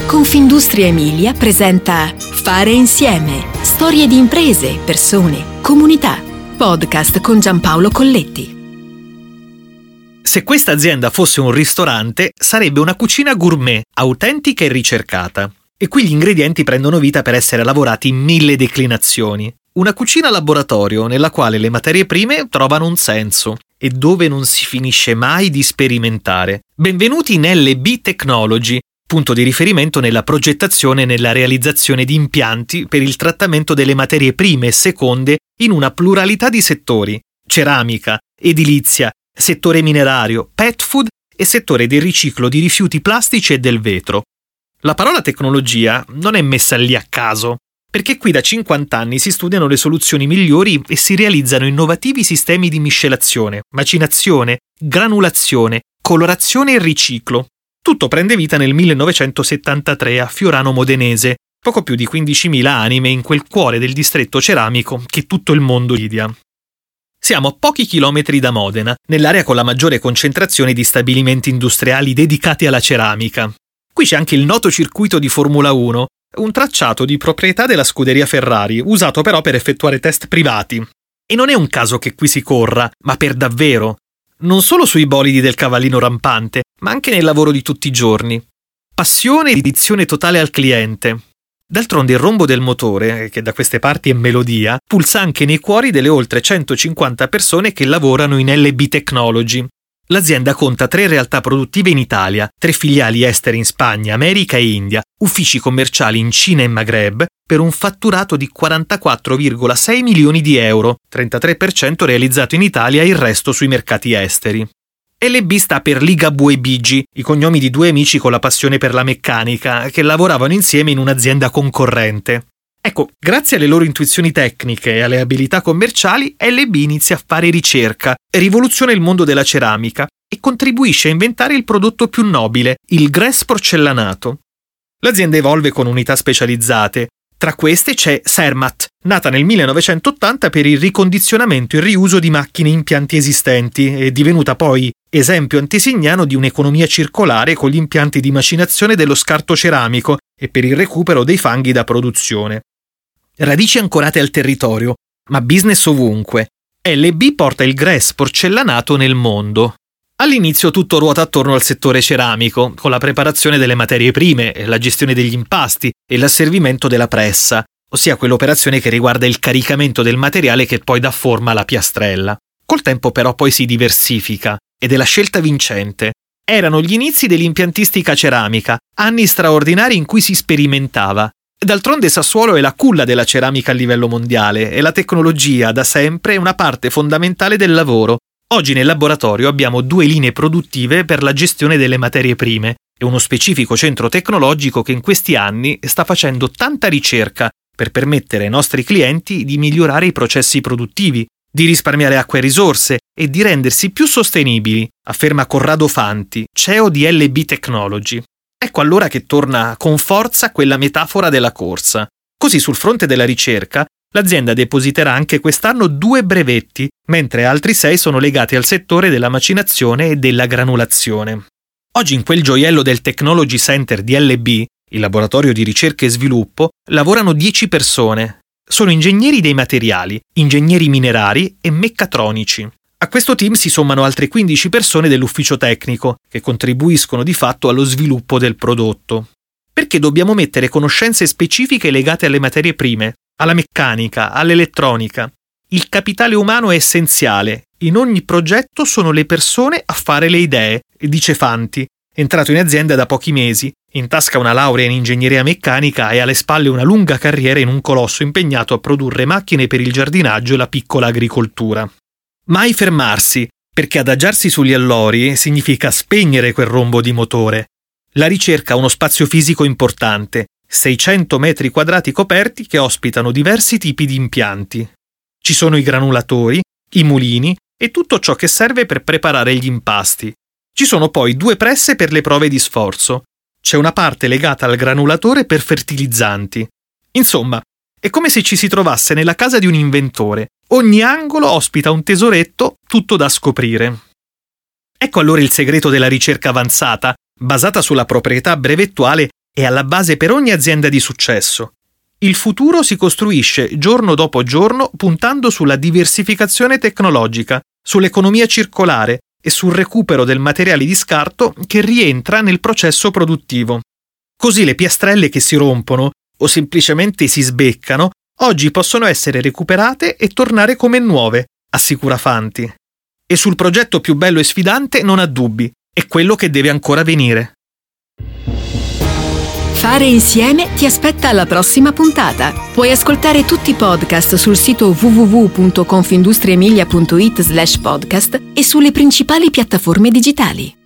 Confindustria Emilia presenta Fare insieme. Storie di imprese, persone, comunità. Podcast con Giampaolo Colletti. Se questa azienda fosse un ristorante, sarebbe una cucina gourmet, autentica e ricercata. E qui gli ingredienti prendono vita per essere lavorati in 1000 declinazioni. Una cucina laboratorio nella quale le materie prime trovano un senso e dove non si finisce mai di sperimentare. Benvenuti in LB Technology, punto di riferimento nella progettazione e nella realizzazione di impianti per il trattamento delle materie prime e seconde in una pluralità di settori: ceramica, edilizia, settore minerario, pet food e settore del riciclo di rifiuti plastici e del vetro. La parola tecnologia non è messa lì a caso, perché qui da 50 anni si studiano le soluzioni migliori e si realizzano innovativi sistemi di miscelazione, macinazione, granulazione, colorazione e riciclo. Tutto prende vita nel 1973 a Fiorano Modenese, poco più di 15.000 anime in quel cuore del distretto ceramico che tutto il mondo invidia. Siamo a pochi chilometri da Modena, nell'area con la maggiore concentrazione di stabilimenti industriali dedicati alla ceramica. Qui c'è anche il noto circuito di Formula 1, un tracciato di proprietà della scuderia Ferrari, usato però per effettuare test privati. E non è un caso che qui si corra, ma per davvero. Non solo sui bolidi del cavallino rampante, ma anche nel lavoro di tutti i giorni. Passione e dedizione totale al cliente. D'altronde il rombo del motore, che da queste parti è melodia, pulsa anche nei cuori delle oltre 150 persone che lavorano in LB Technology. L'azienda conta 3 realtà produttive in Italia, 3 filiali estere in Spagna, America e India, uffici commerciali in Cina e Maghreb, per un fatturato di 44,6 milioni di euro, 33% realizzato in Italia e il resto sui mercati esteri. LB sta per Ligabue e Bigi, i cognomi di 2 amici con la passione per la meccanica, che lavoravano insieme in un'azienda concorrente. Ecco, grazie alle loro intuizioni tecniche e alle abilità commerciali, LB inizia a fare ricerca, rivoluziona il mondo della ceramica e contribuisce a inventare il prodotto più nobile, il Grès porcellanato. L'azienda evolve con unità specializzate. Tra queste c'è Zermatt, nata nel 1980 per il ricondizionamento e riuso di macchine e impianti esistenti e divenuta poi esempio antesignano di un'economia circolare con gli impianti di macinazione dello scarto ceramico e per il recupero dei fanghi da produzione. Radici ancorate al territorio, ma business ovunque. LB porta il Grès porcellanato nel mondo. All'inizio tutto ruota attorno al settore ceramico, con la preparazione delle materie prime, la gestione degli impasti e l'asservimento della pressa, ossia quell'operazione che riguarda il caricamento del materiale che poi dà forma alla piastrella. Col tempo però poi si diversifica, ed è la scelta vincente. Erano gli inizi dell'impiantistica ceramica, anni straordinari in cui si sperimentava. D'altronde Sassuolo è la culla della ceramica a livello mondiale e la tecnologia, da sempre, è una parte fondamentale del lavoro. Oggi nel laboratorio abbiamo 2 linee produttive per la gestione delle materie prime e uno specifico centro tecnologico che in questi anni sta facendo tanta ricerca per permettere ai nostri clienti di migliorare i processi produttivi, di risparmiare acqua e risorse e di rendersi più sostenibili, afferma Corrado Fanti, CEO di LB Technology. Ecco allora che torna con forza quella metafora della corsa. Così sul fronte della ricerca, l'azienda depositerà anche quest'anno 2 brevetti, mentre altri 6 sono legati al settore della macinazione e della granulazione. Oggi in quel gioiello del Technology Center di LB, il laboratorio di ricerca e sviluppo, lavorano 10 persone. Sono ingegneri dei materiali, ingegneri minerari e meccatronici. A questo team si sommano altre 15 persone dell'ufficio tecnico, che contribuiscono di fatto allo sviluppo del prodotto. Perché dobbiamo mettere conoscenze specifiche legate alle materie prime, alla meccanica, all'elettronica. Il capitale umano è essenziale. In ogni progetto sono le persone a fare le idee, dice Fanti, entrato in azienda da pochi mesi, in tasca una laurea in ingegneria meccanica e alle spalle una lunga carriera in un colosso impegnato a produrre macchine per il giardinaggio e la piccola agricoltura. Mai fermarsi, perché adagiarsi sugli allori significa spegnere quel rombo di motore. La ricerca ha uno spazio fisico importante, 600 metri quadrati coperti che ospitano diversi tipi di impianti. Ci sono i granulatori, i mulini e tutto ciò che serve per preparare gli impasti. Ci sono poi 2 presse per le prove di sforzo. C'è una parte legata al granulatore per fertilizzanti. Insomma, è come se ci si trovasse nella casa di un inventore. Ogni angolo ospita un tesoretto, tutto da scoprire. Ecco allora il segreto della ricerca avanzata, basata sulla proprietà brevettuale è alla base per ogni azienda di successo. Il futuro si costruisce giorno dopo giorno puntando sulla diversificazione tecnologica, sull'economia circolare e sul recupero del materiale di scarto che rientra nel processo produttivo. Così le piastrelle che si rompono o semplicemente si sbeccano oggi possono essere recuperate e tornare come nuove, assicura Fanti. E sul progetto più bello e sfidante non ha dubbi, è quello che deve ancora venire. Fare insieme ti aspetta alla prossima puntata. Puoi ascoltare tutti i podcast sul sito www.confindustriemilia.it/podcast e sulle principali piattaforme digitali.